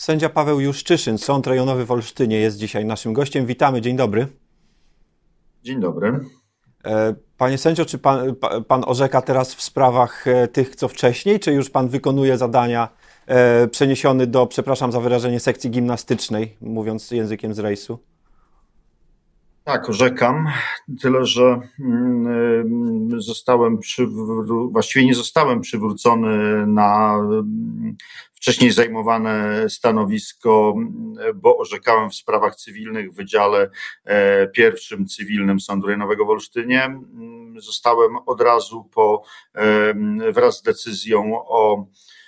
Sędzia Paweł Juszczyszyn, Sąd Rejonowy w Olsztynie jest dzisiaj naszym gościem. Witamy, dzień dobry. Dzień dobry. Panie sędzio, czy pan orzeka teraz w sprawach tych, co wcześniej, czy już pan wykonuje zadania przeniesiony do, przepraszam za wyrażenie, sekcji gimnastycznej, mówiąc językiem z rejsu? Tak, orzekam, tyle że właściwie nie zostałem przywrócony na wcześniej zajmowane stanowisko, bo orzekałem w sprawach cywilnych w Wydziale I Cywilnym Sądu Rejonowego w Olsztynie. Zostałem od razu wraz z decyzją o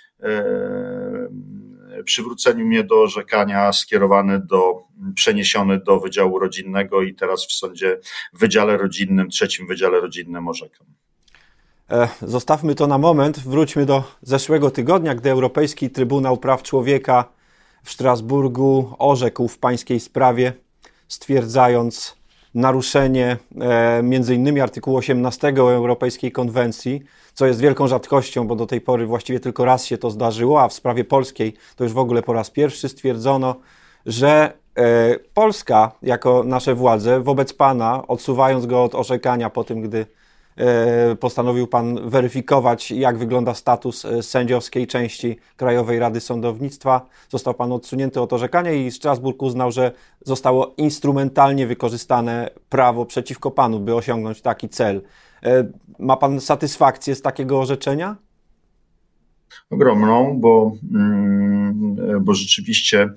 przywróceniu mnie do orzekania przeniesiony do Wydziału Rodzinnego i teraz w Wydziale Rodzinnym, III Wydziale Rodzinnym orzekam. Zostawmy to na moment, wróćmy do zeszłego tygodnia, gdy Europejski Trybunał Praw Człowieka w Strasburgu orzekł w pańskiej sprawie, stwierdzając naruszenie m.in. artykułu 18 Europejskiej Konwencji, co jest wielką rzadkością, bo do tej pory właściwie tylko raz się to zdarzyło, a w sprawie polskiej to już w ogóle po raz pierwszy stwierdzono, że Polska jako nasze władze wobec pana, odsuwając go od orzekania po tym, gdy postanowił pan weryfikować, jak wygląda status sędziowskiej części Krajowej Rady Sądownictwa, został pan odsunięty od orzekania i Strasburg uznał, że zostało instrumentalnie wykorzystane prawo przeciwko panu, by osiągnąć taki cel. Ma pan satysfakcję z takiego orzeczenia? Ogromną, bo rzeczywiście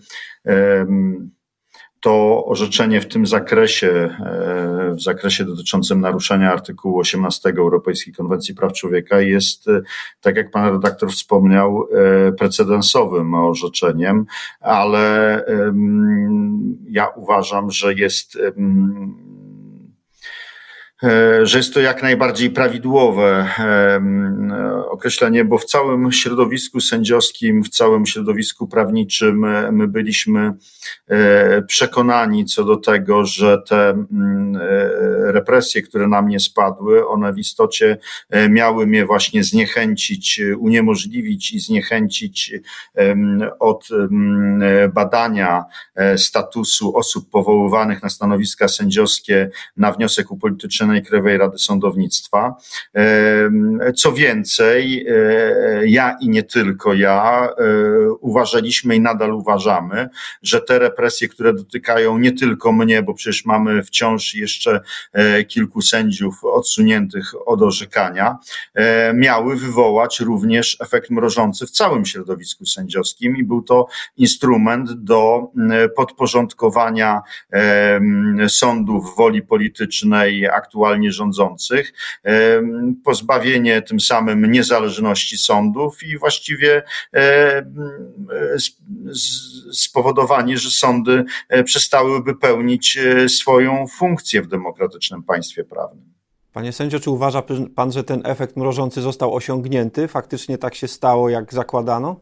to orzeczenie w tym w zakresie dotyczącym naruszenia artykułu 18 Europejskiej Konwencji Praw Człowieka jest, tak jak pan redaktor wspomniał, precedensowym orzeczeniem, ale ja uważam, że jest to jak najbardziej prawidłowe określenie, bo w całym środowisku sędziowskim, w całym środowisku prawniczym my byliśmy przekonani co do tego, że te represje, które na mnie spadły, one w istocie miały mnie właśnie zniechęcić, uniemożliwić i zniechęcić od badania statusu osób powoływanych na stanowiska sędziowskie na wniosek upolitycznionej Krajowej Rady Sądownictwa. Co więcej, ja i nie tylko ja uważaliśmy i nadal uważamy, że te represje, które dotykają nie tylko mnie, bo przecież mamy wciąż jeszcze kilku sędziów odsuniętych od orzekania, miały wywołać również efekt mrożący w całym środowisku sędziowskim i był to instrument do podporządkowania sądów woli politycznej aktualnie rządzących, pozbawienie tym samym niezależności sądów i właściwie spowodowanie, że sądy przestałyby pełnić swoją funkcję w demokratycznym państwie prawnym. Panie sędzio, czy uważa pan, że ten efekt mrożący został osiągnięty? Faktycznie tak się stało, jak zakładano?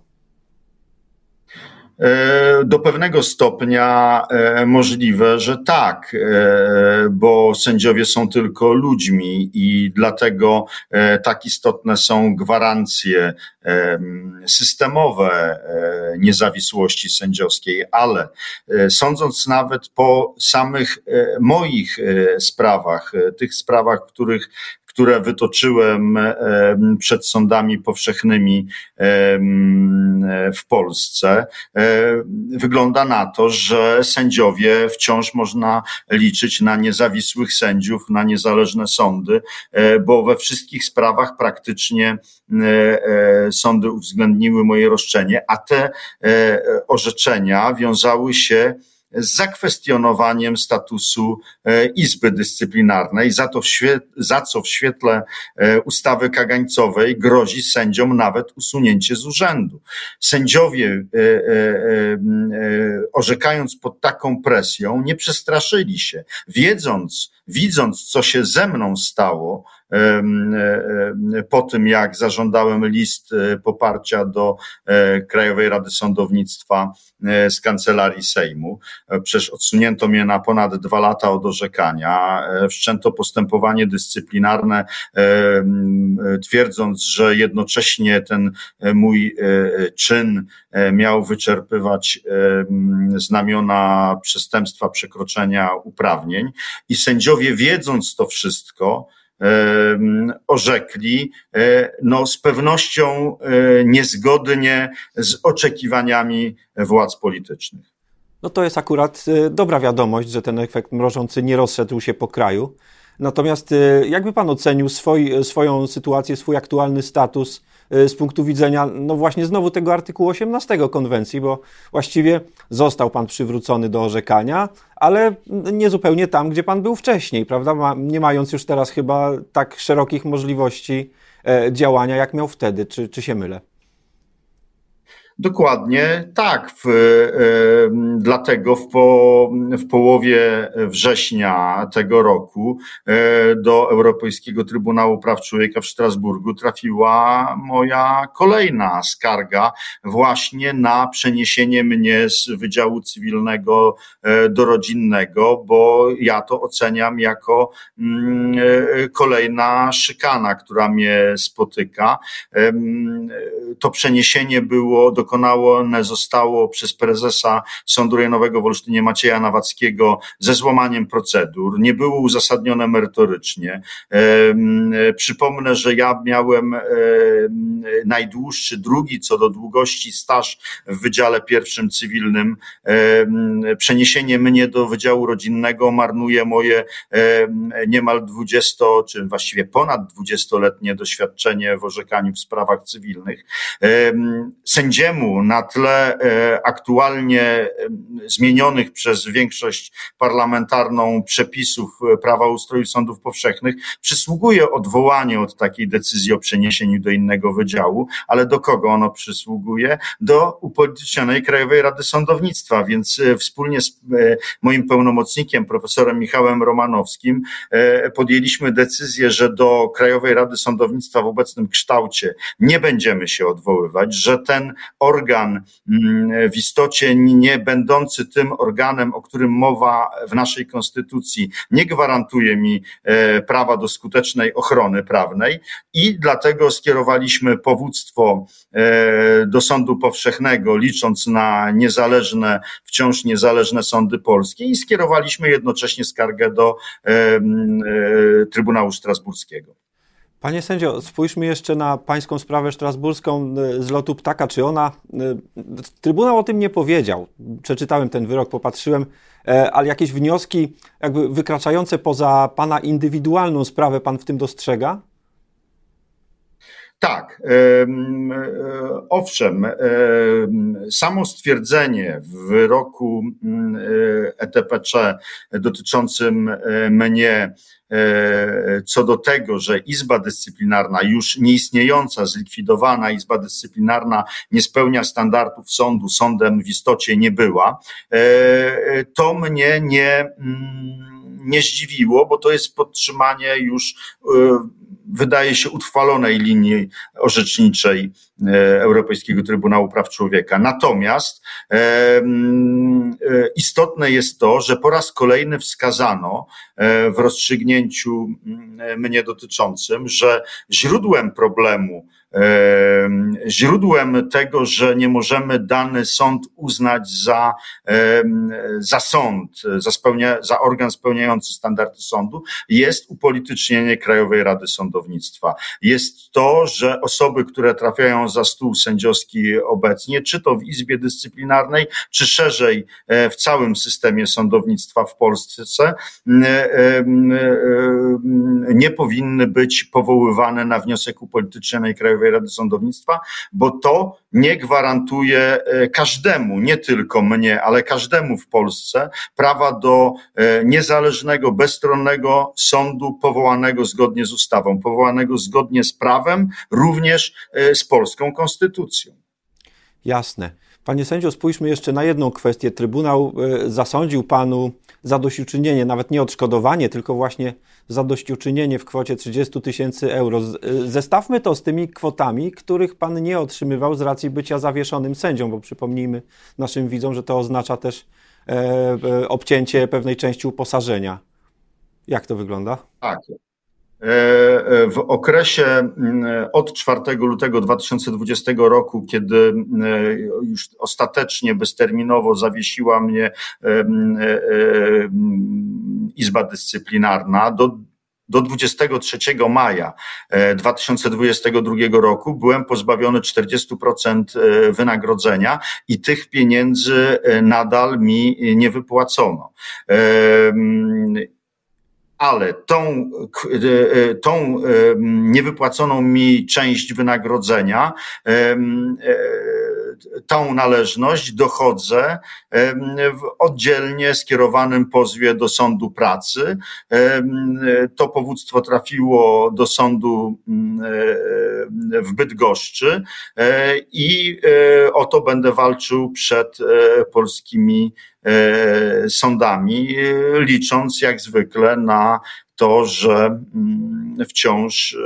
Do pewnego stopnia możliwe, że tak, bo sędziowie są tylko ludźmi i dlatego tak istotne są gwarancje systemowe niezawisłości sędziowskiej, ale sądząc nawet po samych moich sprawach, tych sprawach, które wytoczyłem przed sądami powszechnymi w Polsce, wygląda na to, że sędziowie wciąż można liczyć na niezawisłych sędziów, na niezależne sądy, bo we wszystkich sprawach praktycznie sądy uwzględniły moje roszczenie, a te orzeczenia wiązały się z zakwestionowaniem statusu Izby Dyscyplinarnej, za co w świetle ustawy kagańcowej grozi sędziom nawet usunięcie z urzędu. Sędziowie, orzekając pod taką presją, nie przestraszyli się. Widząc, co się ze mną stało, po tym, jak zażądałem list poparcia do Krajowej Rady Sądownictwa z Kancelarii Sejmu. Przecież odsunięto mnie na ponad 2 lata od orzekania. Wszczęto postępowanie dyscyplinarne, twierdząc, że jednocześnie ten mój czyn miał wyczerpywać znamiona przestępstwa przekroczenia uprawnień i sędziowie, wiedząc to wszystko, orzekli z pewnością niezgodnie z oczekiwaniami władz politycznych. No to jest akurat dobra wiadomość, że ten efekt mrożący nie rozszedł się po kraju. Natomiast jakby pan ocenił swoją sytuację, swój aktualny status z punktu widzenia, no właśnie znowu tego artykułu 18 konwencji, bo właściwie został pan przywrócony do orzekania, ale nie zupełnie tam, gdzie pan był wcześniej, prawda? Nie mając już teraz chyba tak szerokich możliwości działania, jak miał wtedy. Czy się mylę? Dokładnie tak. Dlatego w połowie września tego roku do Europejskiego Trybunału Praw Człowieka w Strasburgu trafiła moja kolejna skarga właśnie na przeniesienie mnie z Wydziału Cywilnego do Rodzinnego, bo ja to oceniam jako kolejna szykana, która mnie spotyka. To przeniesienie dokonane zostało przez prezesa Sądu Rejonowego w Olsztynie Macieja Nawackiego ze złamaniem procedur. Nie było uzasadnione merytorycznie. Przypomnę, że ja miałem najdłuższy, drugi co do długości staż w Wydziale I Cywilnym. Przeniesienie mnie do Wydziału Rodzinnego marnuje moje niemal 20, czy właściwie ponad 20-letnie doświadczenie w orzekaniu w sprawach cywilnych. Sędziemu na tle aktualnie zmienionych przez większość parlamentarną przepisów prawa o ustroju sądów powszechnych przysługuje odwołanie od takiej decyzji o przeniesieniu do innego wydziału, ale do kogo ono przysługuje? Do upolitycznionej Krajowej Rady Sądownictwa, więc wspólnie z moim pełnomocnikiem, profesorem Michałem Romanowskim, podjęliśmy decyzję, że do Krajowej Rady Sądownictwa w obecnym kształcie nie będziemy się odwoływać, że ten organ w istocie nie będący tym organem, o którym mowa w naszej konstytucji, nie gwarantuje mi prawa do skutecznej ochrony prawnej i dlatego skierowaliśmy powództwo do Sądu Powszechnego, licząc na wciąż niezależne sądy polskie i skierowaliśmy jednocześnie skargę do Trybunału Strasburskiego. Panie sędzio, spójrzmy jeszcze na pańską sprawę strasburską z lotu ptaka. Czy ona... Trybunał o tym nie powiedział. Przeczytałem ten wyrok, popatrzyłem, ale jakieś wnioski jakby wykraczające poza pana indywidualną sprawę pan w tym dostrzega? Tak, owszem, samo stwierdzenie w wyroku ETPC dotyczącym mnie co do tego, że Izba Dyscyplinarna, już nieistniejąca, zlikwidowana Izba Dyscyplinarna nie spełnia standardów sądu, sądem w istocie nie była, to mnie nie zdziwiło, bo to jest podtrzymanie już wydaje się utrwalonej linii orzeczniczej Europejskiego Trybunału Praw Człowieka. Natomiast istotne jest to, że po raz kolejny wskazano w rozstrzygnięciu mnie dotyczącym, że źródłem problemu, źródłem tego, że nie możemy dany sąd uznać za sąd, za organ spełniający standardy sądu, jest upolitycznienie Krajowej Rady Sądownictwa. Jest to, że osoby, które trafiają za stół sędziowski obecnie, czy to w Izbie Dyscyplinarnej, czy szerzej w całym systemie sądownictwa w Polsce, nie powinny być powoływane na wniosek upolitycznionej Krajowej Rady Sądownictwa, bo to nie gwarantuje każdemu, nie tylko mnie, ale każdemu w Polsce prawa do niezależnego, bezstronnego sądu powołanego zgodnie z ustawą, powołanego zgodnie z prawem, również z polską konstytucją. Jasne. Panie sędzio, spójrzmy jeszcze na jedną kwestię. Trybunał zasądził panu zadośćuczynienie, nawet nie odszkodowanie, tylko właśnie zadośćuczynienie w kwocie 30 000 euro. Zestawmy to z tymi kwotami, których pan nie otrzymywał z racji bycia zawieszonym sędzią, bo przypomnijmy naszym widzom, że to oznacza też obcięcie pewnej części uposażenia. Jak to wygląda? Tak. W okresie od 4 lutego 2020 roku, kiedy już ostatecznie bezterminowo zawiesiła mnie Izba Dyscyplinarna, do 23 maja 2022 roku byłem pozbawiony 40% wynagrodzenia i tych pieniędzy nadal mi nie wypłacono. Ale tą niewypłaconą mi część wynagrodzenia, tą należność dochodzę w oddzielnie skierowanym pozwie do Sądu Pracy. To powództwo trafiło do sądu w Bydgoszczy i o to będę walczył przed polskimi sądami, licząc jak zwykle na to, że wciąż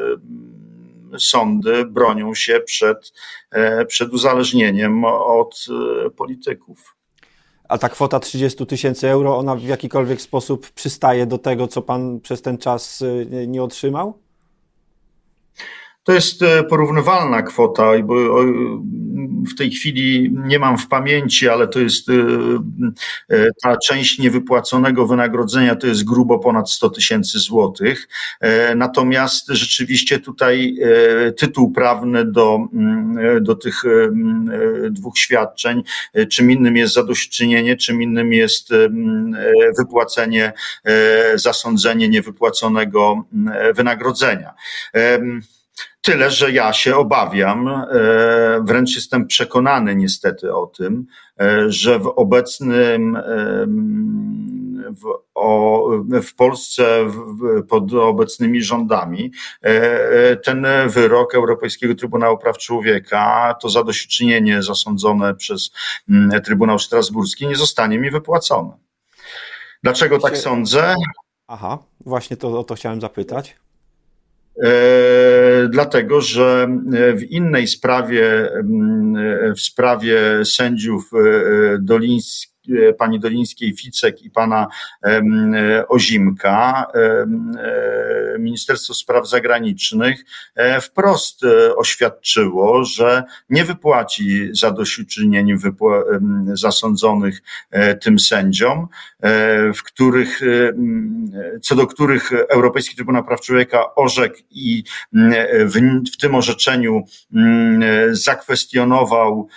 sądy bronią się przed uzależnieniem od polityków. A ta kwota 30 000 euro, ona w jakikolwiek sposób przystaje do tego, co pan przez ten czas nie otrzymał? To jest porównywalna kwota, bo w tej chwili nie mam w pamięci, ale to jest ta część niewypłaconego wynagrodzenia to jest grubo ponad 100 000 złotych. Natomiast rzeczywiście tutaj tytuł prawny do tych dwóch świadczeń, czym innym jest zadośćuczynienie, czym innym jest wypłacenie, zasądzenie niewypłaconego wynagrodzenia. Tyle, że ja się obawiam, wręcz jestem przekonany niestety o tym, że w Polsce pod obecnymi rządami ten wyrok Europejskiego Trybunału Praw Człowieka, to zadośćuczynienie zasądzone przez Trybunał Strasburski nie zostanie mi wypłacone. Dlaczego tak sądzę? Aha, właśnie o to chciałem zapytać. Dlatego, że w innej sprawie, w sprawie sędziów pani Dolińskiej-Ficek i pana Ozimka, Ministerstwo Spraw Zagranicznych wprost oświadczyło, że nie wypłaci zadośćuczynień zasądzonych tym sędziom, co do których Europejski Trybunał Praw Człowieka orzekł i w tym orzeczeniu zakwestionował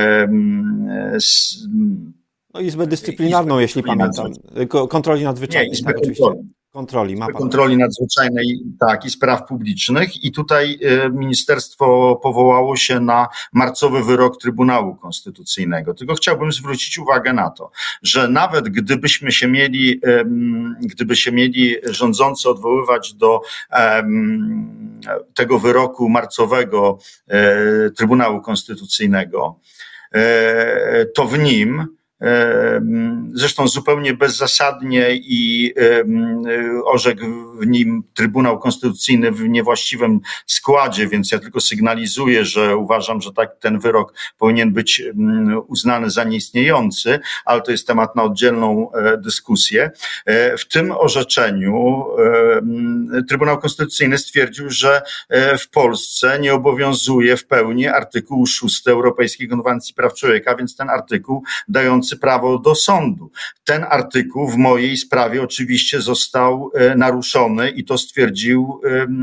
Izbę Dyscyplinarną, jeśli pamiętam. Kontroli nadzwyczajnej. Izbę kontroli nadzwyczajnej, tak, i spraw publicznych. I tutaj ministerstwo powołało się na marcowy wyrok Trybunału Konstytucyjnego. Tylko chciałbym zwrócić uwagę na to, że nawet gdyby się mieli rządzący odwoływać do tego wyroku marcowego Trybunału Konstytucyjnego, to w nim zresztą zupełnie bezzasadnie i orzekł w nim Trybunał Konstytucyjny w niewłaściwym składzie, więc ja tylko sygnalizuję, że uważam, że tak ten wyrok powinien być uznany za nieistniejący, ale to jest temat na oddzielną dyskusję. W tym orzeczeniu Trybunał Konstytucyjny stwierdził, że w Polsce nie obowiązuje w pełni artykuł 6 Europejskiej Konwencji Praw Człowieka, więc ten artykuł dający prawo do sądu. Ten artykuł w mojej sprawie oczywiście został naruszony i to stwierdził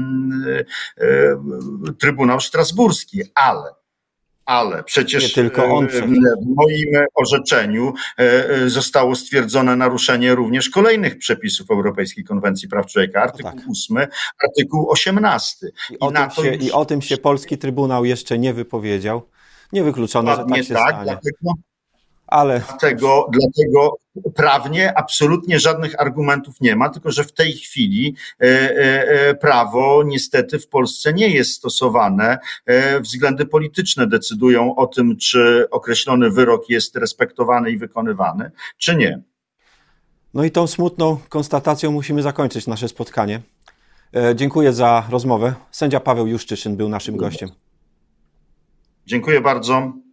Trybunał Strasburski, ale przecież w moim orzeczeniu zostało stwierdzone naruszenie również kolejnych przepisów Europejskiej Konwencji Praw Człowieka, artykuł 8, artykuł 18. I o tym się polski Trybunał jeszcze nie wypowiedział. Niewykluczone, że tak się stanie. Ale dlatego prawnie absolutnie żadnych argumentów nie ma, tylko że w tej chwili prawo niestety w Polsce nie jest stosowane. Względy polityczne decydują o tym, czy określony wyrok jest respektowany i wykonywany, czy nie. No i tą smutną konstatacją musimy zakończyć nasze spotkanie. Dziękuję za rozmowę. Sędzia Paweł Juszczyszyn był naszym gościem. Dziękuję bardzo.